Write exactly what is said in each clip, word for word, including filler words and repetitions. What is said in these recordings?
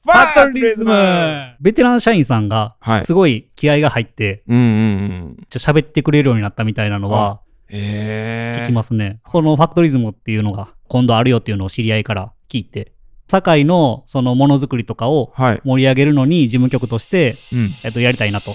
ファクトリズム。ベテラン社員さんがすごい気合が入って喋ってくれるようになったみたいなのは聞きますね。このファクトリズムっていうのが今度あるよっていうのを知り合いから聞いて、堺のそのものづくりとかを盛り上げるのに事務局として、うんえっと、やりたいなと。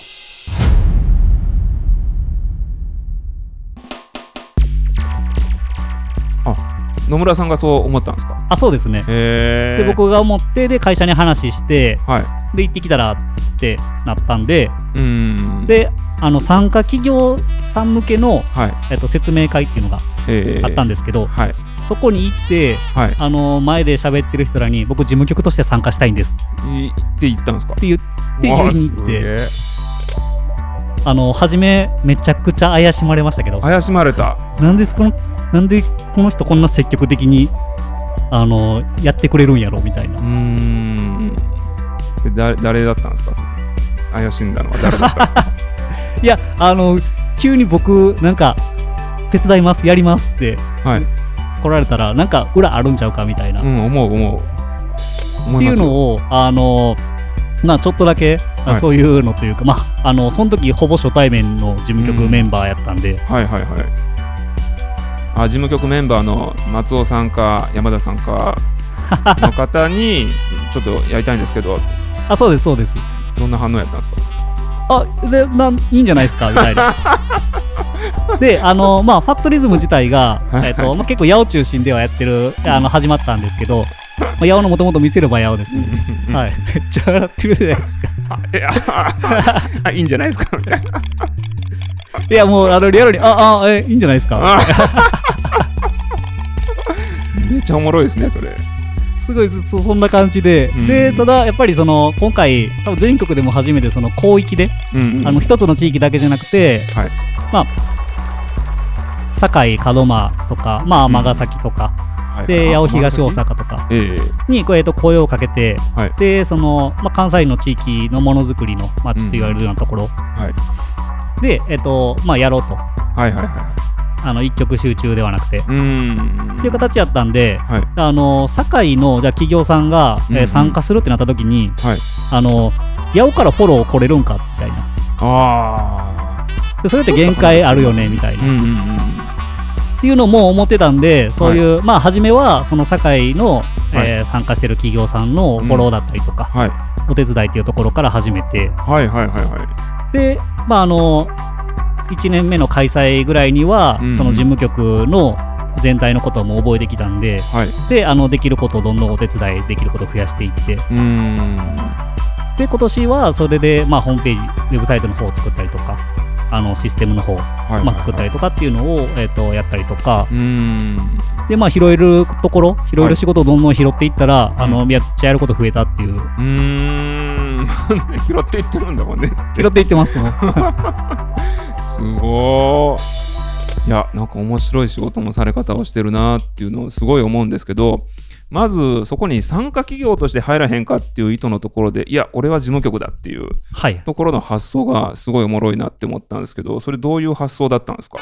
野村さんがそう思ったんですか？ あ、そうですね。で僕が思ってで会社に話して、はい、で行ってきたらってなったんで、うんであの参加企業さん向けの、はいえっと、説明会っていうのがあったんですけど、はい、そこに行って、はい、あの前で喋ってる人らに僕事務局として参加したいんですって言ったんですか？ って言って言いに行って、あの初めめちゃくちゃ怪しまれましたけど。 怪しまれた。 なんですこのなんでこの人こんな積極的にあのやってくれるんやろみたいな。うーんで誰、誰だったんですか？怪しんだのは誰だったんですか？ いやあの急に僕なんか手伝いますやりますって、はい、来られたらなんか裏あるんちゃうかみたいな、うん、思う思うっていうのをあのまあちょっとだけ、はい、そういうのというかまああのその時ほぼ初対面の事務局メンバーやったんで、うん、はいはいはいあ事務局メンバーの松尾さんか山田さんかの方にちょっとやりたいんですけどあそうですそうです。 どんな反応やったんですか？ あでなんいいんじゃないですかみたいなであのまあファクトリズム自体が、えーとまあ、結構八尾中心ではやってるあの始まったんですけど、まあ、八尾のもともと見せれば八尾ですねはいめっちゃ笑ってるじゃないですかいやいいんじゃないですかみたいないやもうあのリアルにああえいいんじゃないですかめっちゃおもろいですねそれ。 すごい そ, そんな感じで、うん、でただやっぱりその今回多分全国でも初めてその広域で、うんうん、あの一つの地域だけじゃなくて、はい、まあ堺門真とかまあ尼崎とか、うん、で八尾東大阪とかにこう、えー、と声をかけて、はい、でその、まあ、関西の地域のものづくりの街と言われるようなところ、うんはい、でえっ、ー、とまあやろうと。はいはいはい。あの一極集中ではなくてっていう形やったんで、はい、あの堺のじゃあ企業さんが、うんうんえー、参加するってなった時に、はい、あの八尾からフォロー来れるんかみたいなあでそれって限界あるよねみたいな、うんうんうん、っていうのも思ってたんでそういう、はい、まあ初めはその堺の、はいえー、参加してる企業さんのフォローだったりとか、うんはい、お手伝いっていうところから始めてはいはいはいはいでまああのいちねんめの開催ぐらいには、うんうん、その事務局の全体のことも覚えてきたんで、はい、であのできることをどんどんお手伝いできることを増やしていってうーんで今年はそれで、まあ、ホームページウェブサイトの方を作ったりとかあのシステムの方、はいはいはいまあ、作ったりとかっていうのを、えー、とやったりとかうーんでまあ拾えるところ拾える仕事をどんどん拾っていったら、はい、あのめっちゃやること増えたっていううーん拾っていってるんだもんね拾っていってますもんすごーいやなんか面白い仕事のされ方をしてるなっていうのをすごい思うんですけどまずそこに参加企業として入らへんかっていう意図のところでいや俺は事務局だっていうところの発想がすごいおもろいなって思ったんですけどそれどういう発想だったんですか？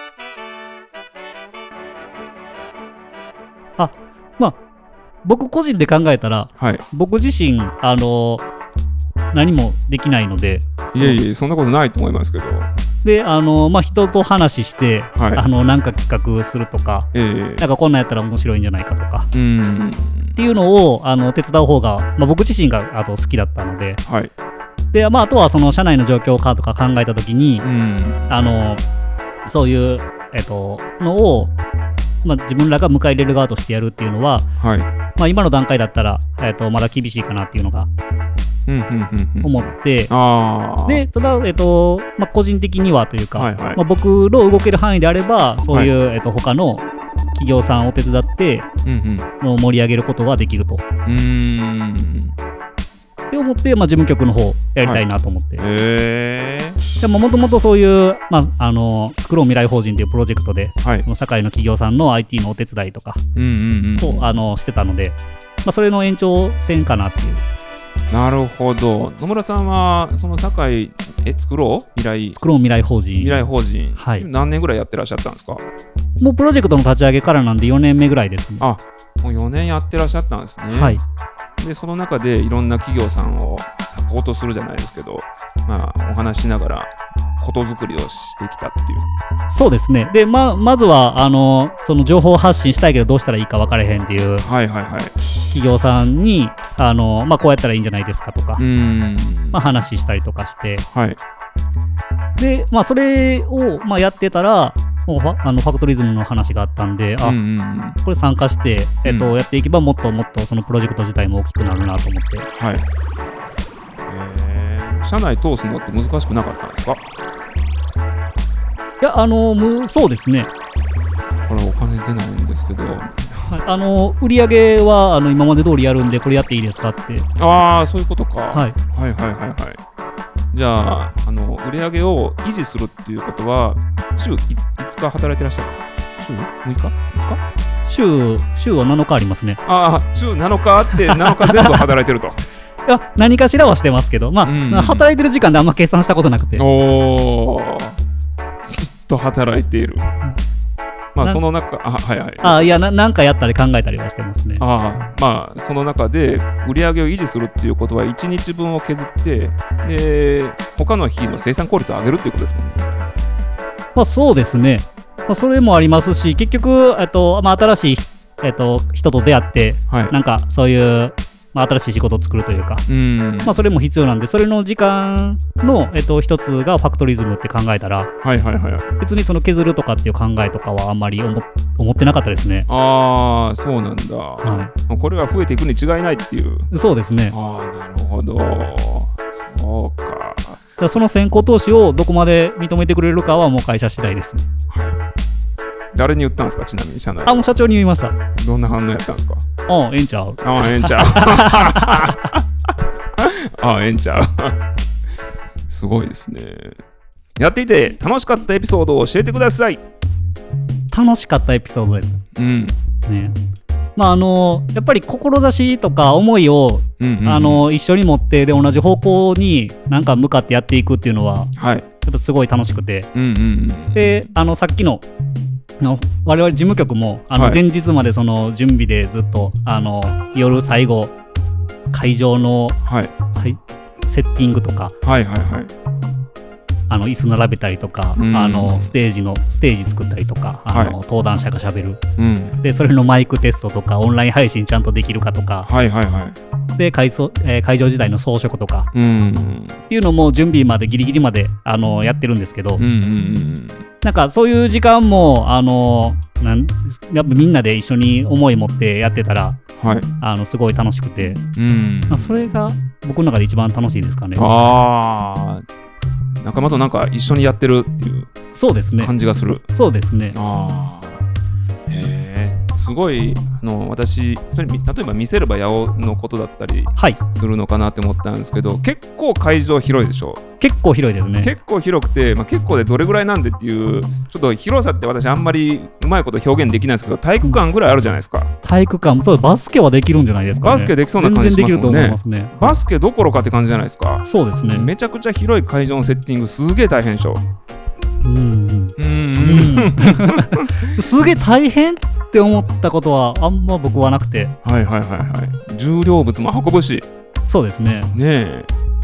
あまあ僕個人で考えたら、はい、僕自身あの何もできないのでいやいやそんなことないと思いますけどであの、まあ、人と話して、はい、あのなんか企画するとか、えー、なんかこんなんやったら面白いんじゃないかとかうんっていうのをあの手伝う方が、まあ、僕自身があと好きだったので、はいでまあ、あとはその社内の状況かとか考えたときにうんあのそういう、えっと、のを、まあ、自分らが迎え入れる側としてやるっていうのは、はいまあ、今の段階だったら、えっと、まだ厳しいかなっていうのが思って、あでただ、えっとまあ、個人的にはというか、はいはいまあ、僕の動ける範囲であればそういう、はいえっと、他の企業さんを手伝って、うんうん、盛り上げることができるとうーんって思って、まあ、事務局の方やりたいなと思って、はい、へーもともとそういう、まあ、あの作ろう未来法人というプロジェクトで、はい、その堺の企業さんの アイティー のお手伝いとかを、うんうんうん、あのしてたので、まあ、それの延長線かなっていう。 なるほど。野村さんはその堺え作ろう未来作ろう未来法人未来法人、はい、何年ぐらいやってらっしゃったんですか？ もうプロジェクトの立ち上げからなんでよねんめぐらいですね。 あもうよねんやってらっしゃったんですね。 はい。 でその中でいろんな企業さんをサポートするじゃないですけど、まあ、お話ししながらことづくりをしてきたっていう。 そうですね。で、ままずはあのその情報発信したいけどどうしたらいいか分からへんっていうはいはいはい企業さんにあの、まあ、こうやったらいいんじゃないですかとか、 うーん、 まあ、話したりとかして、 はい、 で、まあ、それを、まあ、やってたらもうファあのファクトリズムの話があったんで、あ、 うんうんうん、 これ参加して、えっとうん、 やっていけばもっともっとそのプロジェクト自体も大きくなるなと思って。 はい。えー、社内通すのって難しくなかったんですか？ いや、あのむそうですね。 これお金出ないんですけど、 はい、あの売り上げはあの今まで通りやるんでこれやっていいですかって。 ああそういうことか、 はい、 はいはいはいはい。じゃあ、あの売り上げを維持するっていうことは週いつか働いてらっしゃる？週むいか？いつか？ 週週はなのかありますね。 ああ、週なのかあってなのか全部働いてると。 いや、何かしらはしてますけど、まあ、うんうん、働いてる時間であんま計算したことなくて。 おー、ずっと働いている。まあその中、あ、はいはい。 あ、いやな、なんかやったり考えたりはしてますね。 ああ、まあその中で売り上げを維持するっていうことはいちにちぶんを削って、で、他の日の生産効率を上げるっていうことですもんね。 まあそうですね。まあ、それもありますし、結局、えっとまあ、新しい、えっと、人と出会って、はい、なんかそういう、まあ、新しい仕事を作るというか、うんまあ、それも必要なんで、それの時間の、えっと、一つがファクトリズムって考えたら、 はいはいはい、 別にその削るとかっていう考えとかはあんまり 思, 思ってなかったですね。 ああ、そうなんだ、はい、これは増えていくに違いないっていう。 そうですね。 ああ、なるほど。そうか。だからその先行投資をどこまで認めてくれるかはもう会社次第ですね。 はい、誰に言ったんですか、ちなみに社内。 あ、もう社長に言いました。 どんな反応やったんですか？ ああ、ええんちゃう。 ああ、ええんちゃう。ああ、ええんちゃう。すごいですね。やっていて楽しかったエピソードを教えてください。 楽しかったエピソードです。 うん。 ね。まああのやっぱり志とか思いを、うんうんうん、あの一緒に持ってで同じ方向になんか向かってやっていくっていうのは、はい、やっぱすごい楽しくて、うんうんうん、であのさっきのの我々事務局もあの前日までその準備でずっとあの夜最後会場の、はい、セッティングとか、はいはいはい、あの椅子並べたりとか、うん、あのステージのステージ作ったりとか、あの、はい、登壇者がしゃべる、うん、でそれのマイクテストとかオンライン配信ちゃんとできるかとか、はいはいはい、で 会, そ、えー、会場時代の装飾とか、うん、っていうのも準備までギリギリまであのやってるんですけど、うんうんうん、なんかそういう時間もあのなんやっぱみんなで一緒に思い持ってやってたら、はい、あのすごい楽しくて、うんまあ、それが僕の中で一番楽しいですかね。 ああ、仲間となんか一緒にやってるっていう感じがする。 そうですね。 ああ、へえ、すごいあの私それ例えば見せれば八尾のことだったりするのかなって思ったんですけど、はい、結構会場広いでしょ。 結構広いですね。 結構広くて、まあ、結構でどれぐらいなんでっていうちょっと広さって私あんまりうまいこと表現できないんですけど、体育館ぐらいあるじゃないですか。 体育館もそう、バスケはできるんじゃないですかね。 バスケできそうな感じしますもんね。全然できると思いますね。バスケどころかって感じじゃないですか。 そうですね。 めちゃくちゃ広い会場のセッティングすげえ大変でしょ。うんうんうんすげえ大変って思ったことはあんま僕はなくて、 はいはいはいはい、重量物も運ぶし。 そうですね。 ね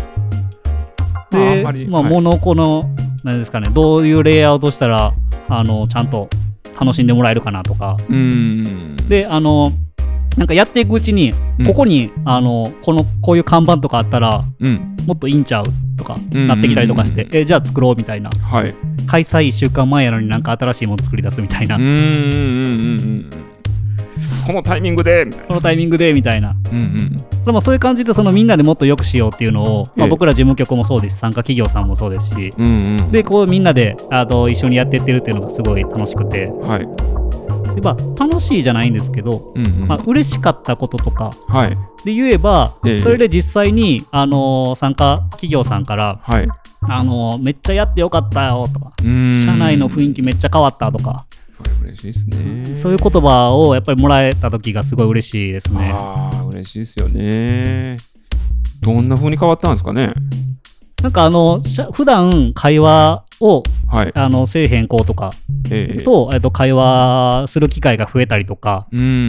え。で、まあ、物この何ですかね、どういうレイアウトしたらあのちゃんと楽しんでもらえるかなとか、うんであのなんかやっていくうちに、うん、ここにあのこのこういう看板とかあったら、うん、もっといいんちゃうとかなってきたりとかして、うんうんうん、えじゃあ作ろうみたいな、はい、開催いっしゅうかんまえやのになんか新しいもの作り出すみたいな、うんうんうんうん、 このタイミングでみたいなこのタイミングでみたいな、うんうん、でもそういう感じでそのみんなでもっと良くしようっていうのを、まあ、僕ら事務局もそうですし参加企業さんもそうですし、うんうん、でこうみんなであと一緒にやっていってるっていうのがすごい楽しくて、はいでまあ、楽しいじゃないんですけど、うんうんまあ、嬉しかったこととかで言えば、はい、それで実際に、あのー、参加企業さんから、はいあのー、めっちゃやってよかったよとか、社内の雰囲気めっちゃ変わったとか、 それ嬉しいですね。 そういう言葉をやっぱりもらえた時がすごい嬉しいですね。 ああ、嬉しいですよね。どんな風に変わったんですかね。 なんかあの普段会話を、はい、あのせえへん子とかと、えー、えっと会話する機会が増えたりとか、うんうんうん、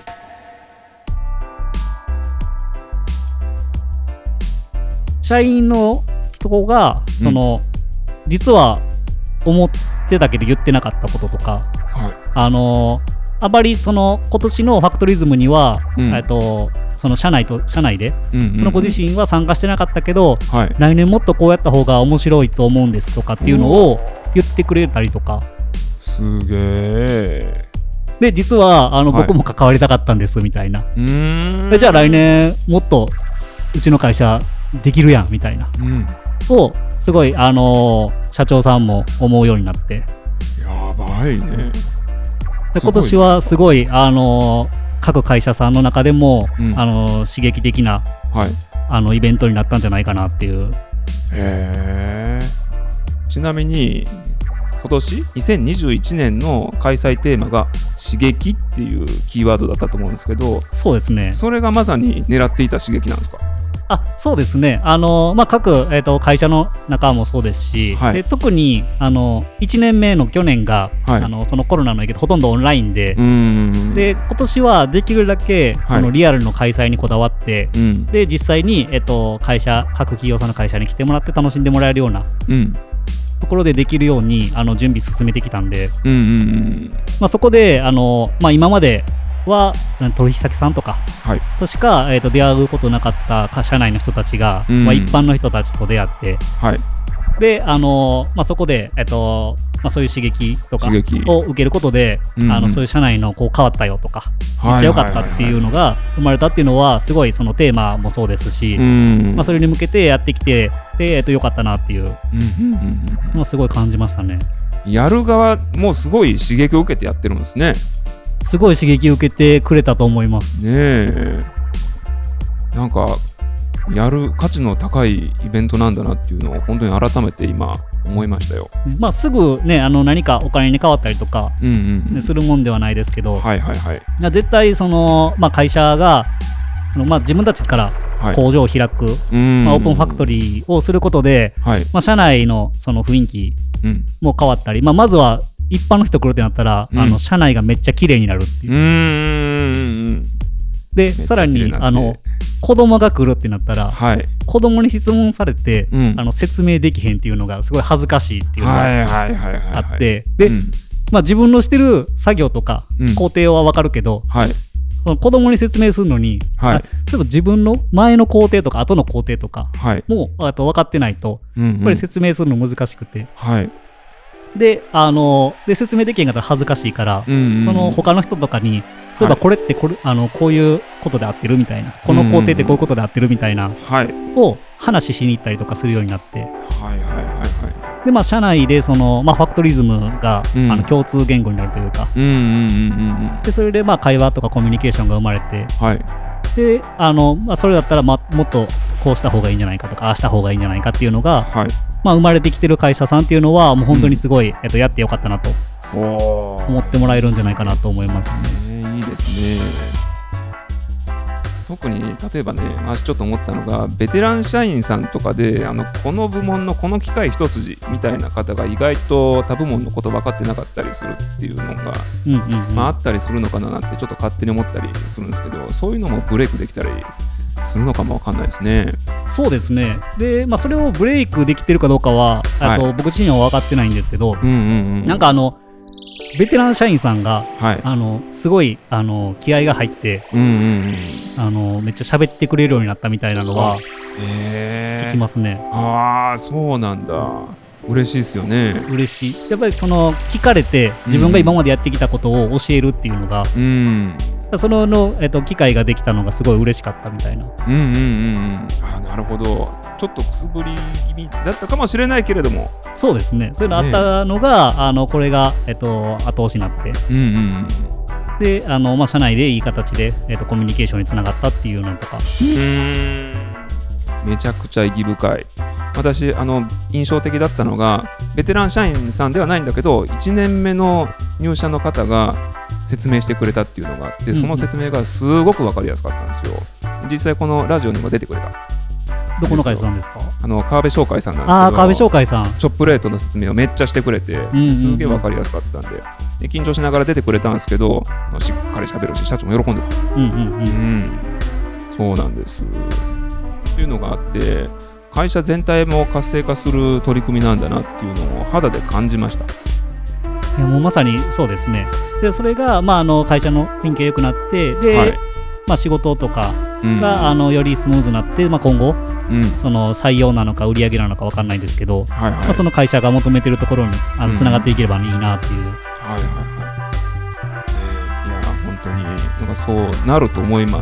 社員の人がその、うん、実は思ってたけど言ってなかったこととか、はい、あのあまりその今年のファクトリズムには、うん、えっとその社内と社内で、うんうんうん、そのご自身は参加してなかったけど、はい、来年もっとこうやった方が面白いと思うんですとかっていうのを言ってくれたりとか。 すげえ。 で実はあの、はい、僕も関わりたかったんですみたいな。うーん、じゃあ来年もっとうちの会社できるやんみたいな、うん、をすごい、あのー、社長さんも思うようになって。 やばいね。 で今年はすごい、あのー各会社さんの中でも、うん、あの刺激的な、はい、あのイベントになったんじゃないかなっていう。 へー。ちなみに今年にせんにじゅういちねんの開催テーマが刺激っていうキーワードだったと思うんですけど、 そうですね。 それがまさに狙っていた刺激なんですか？ あ、そうですね。あの、まあ、各、えーと、会社の中もそうですし、はい、で特にあのいちねんめの去年が、はい、あのそのコロナの影響でほとんどオンラインで、うん、で今年はできるだけ、はい、そのリアルの開催にこだわって、うん、で実際に、えーと、会社各企業さんの会社に来てもらって楽しんでもらえるような、うん、ところでできるようにあの準備進めてきたんで、うんうんうん、まあ、そこであの、まあ、今までは取引先さんとかとしか、はい、えー、と出会うことなかった社内の人たちが、うん、まあ、一般の人たちと出会って、はい、で、あのまあ、そこで、えーとまあ、そういう刺激とかを受けることで、うんうん、あのそういう社内のこう変わったよとか、めっちゃ良かったっていうのが生まれたっていうのはすごいそのテーマもそうですし、うん、まあ、それに向けてやってきてで、えー、と良かったなっていうのをすごい感じましたね。 やる側もすごい刺激を受けてやってるんですね。 すごい刺激を受けてくれたと思いますね。えなんかやる価値の高いイベントなんだなっていうのを本当に改めて今思いましたよ。 まあ、すぐね、あの何かお金に変わったりとか、うんうんうん、するもんではないですけど、はいはいはい、絶対その、まあ、会社があの、まあ、自分たちから工場を開く、はい、まあ、オープンファクトリーをすることで、はい、まあ、社内のその雰囲気も変わったり、うん、まあ、まずは一般の人来るってなったら、うん、あの社内がめっちゃ綺麗になるっていう。うーんでさらにあの子供が来るってなったら、はい、子供に質問されて、うん、あの説明できへんっていうのがすごい恥ずかしいっていうのがあって、で、うん、まあ、自分のしてる作業とか、うん、工程は分かるけど、はい、その子供に説明するのに、はい、例えば自分の前の工程とか後の工程とかも、はい、あと分かってないと、うんうん、やっぱり説明するの難しくて、はい、であので説明できへんかったら恥ずかしいから、うんうんうん、その他の人とかにそういえばこれってこれ、はい、あのこういうことで合ってるみたいな、この工程ってこういうことで合ってるみたいな、うんうん、を話しに行ったりとかするようになって、はいはいはいはい、でまあ社内でその、まあ、ファクトリズムが、うん、あの共通言語になるというか、うんうんうんうん、でそれでまあ会話とかコミュニケーションが生まれて、はい、であの、まあ、それだったら、まあ、もっとこうした方がいいんじゃないかとかああした方がいいんじゃないかっていうのが、はい、まあ、生まれてきてる会社さんっていうのはもう本当にすごい、うん、えっと、やってよかったなと思ってもらえるんじゃないかなと思いますね。 いいですね。特に例えばね、私ちょっと思ったのがベテラン社員さんとかであのこの部門のこの機械一筋みたいな方が意外と他部門のこと分かってなかったりするっていうのが、うんうんうん、まあ、あったりするのかななんてちょっと勝手に思ったりするんですけど、そういうのもブレイクできたりするのかも分かんないですね。 そうですね。で、まあ、それをブレイクできてるかどうかは、はい、と僕自身は分かってないんですけど、うんうんうん、なんかあのベテラン社員さんが、はい、あのすごいあの気合が入って、うんうんうん、あのめっちゃ喋ってくれるようになったみたいなのは聞きますね。 ああ、そうなんだ。嬉しいですよね。 嬉しい。やっぱりその聞かれて自分が今までやってきたことを教えるっていうのが、うん、そのの、えっと、機会ができたのがすごい嬉しかったみたいな。うんうんうんうん。 あ、なるほど。ちょっとくすぶり気味だったかもしれないけれども、 そうですね。そういうのあったのが、ね、あのこれが、えっと、後押しになって、うんうんうん、であの、まあ、社内でいい形で、えっと、コミュニケーションにつながったっていうのとか。うーん、めちゃくちゃ意義深い。私あの印象的だったのがベテラン社員さんではないんだけどいちねんめの入社の方が説明してくれたっていうのがあって、その説明がすごく分かりやすかったんですよ。実際このラジオにも出てくれた。 どこの会社さんですか？ あの川辺商会さんなんですけど、 あ川辺商会さん、 チョップレートの説明をめっちゃしてくれて、うんうんうん、すげえ分かりやすかったんで、で緊張しながら出てくれたんですけど、しっかり喋るし社長も喜んでた、うんうんうんうん、そうなんですっていうのがあって、会社全体も活性化する取り組みなんだなっていうのを肌で感じました。 いやもうまさにそうですね。でそれが、まあ、あの会社の雰囲気が良くなってで、はい、まあ、仕事とかが、うん、あのよりスムーズになって、まあ、今後、うん、その採用なのか売り上げなのか分かんないんですけど、はいはい、まあ、その会社が求めてるところにあのつながっていければいいなっていう、うん、はいはいはい、 えー、いや本当になんかそうなると思います。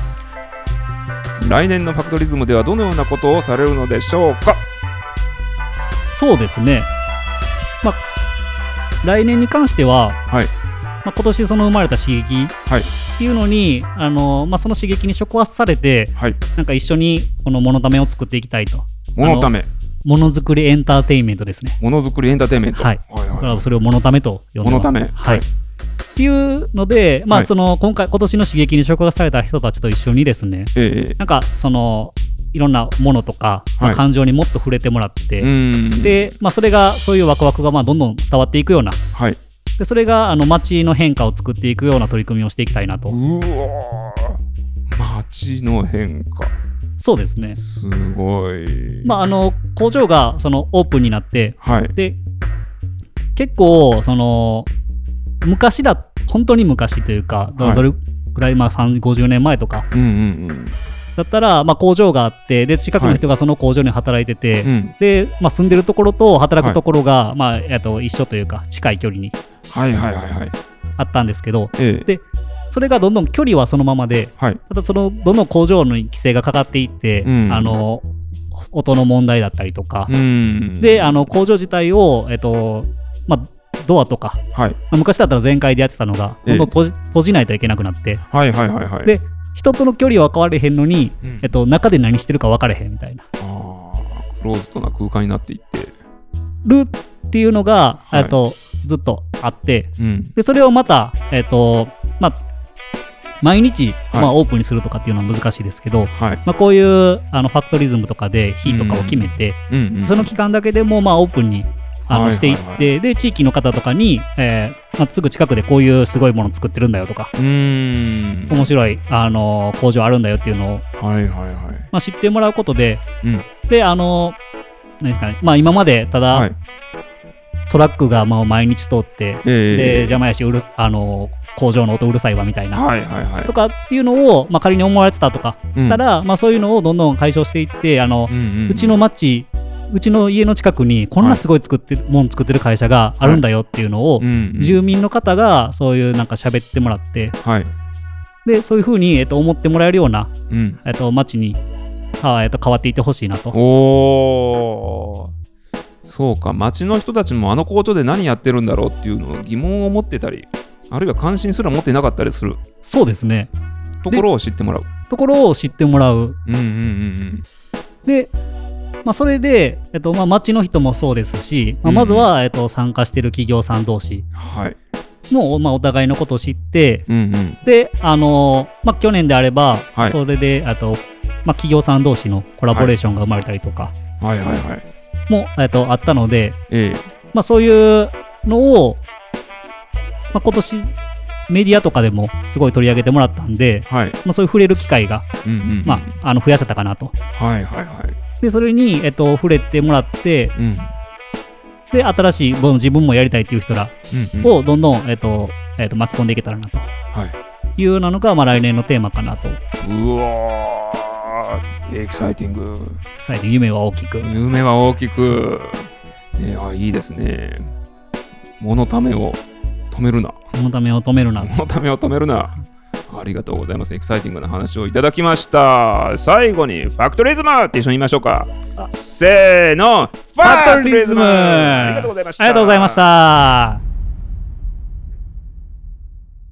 来年のファクトリズムではどのようなことをされるのでしょうか？ そうですね、まあ、来年に関しては、はい、まあ、今年その生まれた刺激っていうのに、はい、あのまあ、その刺激に触発されて、はい、なんか一緒にこのものためを作っていきたいと。 ものため、 ものづくりエンターテインメントですね。 ものづくりエンターテインメント、 はい、はいはい、だからそれをものためと呼んでます。 ものため、 はい、っていうので、まあ、その今回今年の刺激に触発された人たちと一緒にですね、ええ、なんかそのいろんなものとか、まあ、感情にもっと触れてもらって、はい、で、まあ、それがそういうワクワクがまあどんどん伝わっていくような、はい、でそれがあの街の変化を作っていくような取り組みをしていきたいなと。 うわ街の変化、 そうですね、 すごい、 まあ、あの工場がそのオープンになって、はい、で結構その昔だ本当に昔というか、はい、どれぐらい、まあ、さんじゅう、ごじゅうねんまえとか、うんうんうん、だったら、まあ、工場があってで近くの人がその工場に働いてて、はい、でまあ、住んでるところと働くところが、はい、まあ、えっと一緒というか近い距離にあったんですけど、ええ、でそれがどんどん距離はそのままで、はい、ただそのどの工場の規制がかかっていって、うん、あの音の問題だったりとか、うん、であの工場自体を、えっとまあドアとか、はい、昔だったら全開でやってたのがどんどん閉じ、閉じないといけなくなって、はいはいはいはい、で人との距離は変われへんのに、うん、えっと、中で何してるか分かれへんみたいな、 あクローズドな空間になっていってるっていうのが、はい、えっと、ずっとあって、うん、でそれをまた、えっとまあ、毎日、はい、まあ、オープンにするとかっていうのは難しいですけど、はい、まあ、こういうあのファクトリズムとかで日とかを決めて、うんうんうん、その期間だけでもまあオープンにあのしていって、はいはいはい、で地域の方とかに、えーまあ、すぐ近くでこういうすごいもの作ってるんだよとか、うーん面白い、あのー、工場あるんだよっていうのを、はいはいはい、まあ、知ってもらうことで、うん、であのー、何ですかね、まあ、今までただ、はい、トラックがまあ毎日通って、えー、で邪魔やしうる、あのー、工場の音うるさいわみたいな、はいはいはい、とかっていうのを、まあ、仮に思われてたとかしたら、うん、まあ、そういうのをどんどん解消していって、あの、うんうんうん、うちの町うちの家の近くにこんなすごい作ってる、はい、もん作ってる会社があるんだよっていうのを、はい、うんうん、住民の方がそういうなんか喋ってもらって、はい、でそういう風に、えっと、思ってもらえるような、うん、えっと、街に、あ、えっと、変わっていってほしいなと。 おー、そうか、街の人たちもあの工場で何やってるんだろうっていうのを疑問を持ってたり、あるいは関心すら持っていなかったりする。 そうですね。 ところを知ってもらう。 ところを知ってもらう。うんうんうんうん。でまあ、それで、えっとまあ、町の人もそうですし、まあ、まずは、うんうん、えっと、参加している企業さん同士も、はい、まあ、お互いのことを知って、うんうん、で、あのーまあ、去年であれば、はい、それであと、まあ、企業さん同士のコラボレーションが生まれたりとかも、はいはいはいはい、えっと、あったので、ええ、まあ、そういうのを、まあ、今年メディアとかでもすごい取り上げてもらったんで、はい、まあ、そういう触れる機会が、うんうんうん、まあ、あの増やせたかなと。はいはいはい。でそれに、えっと、触れてもらって、うん、で新しい自分もやりたいっていう人らをどんどん、えっとえっと、巻き込んでいけたらなと、はい、いうのが、まあ、来年のテーマかなと。 うわー、エキサイティング。 エキサイティング、夢は大きく。 夢は大きく。えー、あ、いいですね。ものためを止めるな。 ものためを止めるな。 ものためを止めるな。ありがとうございます。エキサイティングな話をいただきました。最後にファクトリズムって一緒に言いましょうか。せーの、ファクトリズム。ありがとうございました。 ありがとうございました。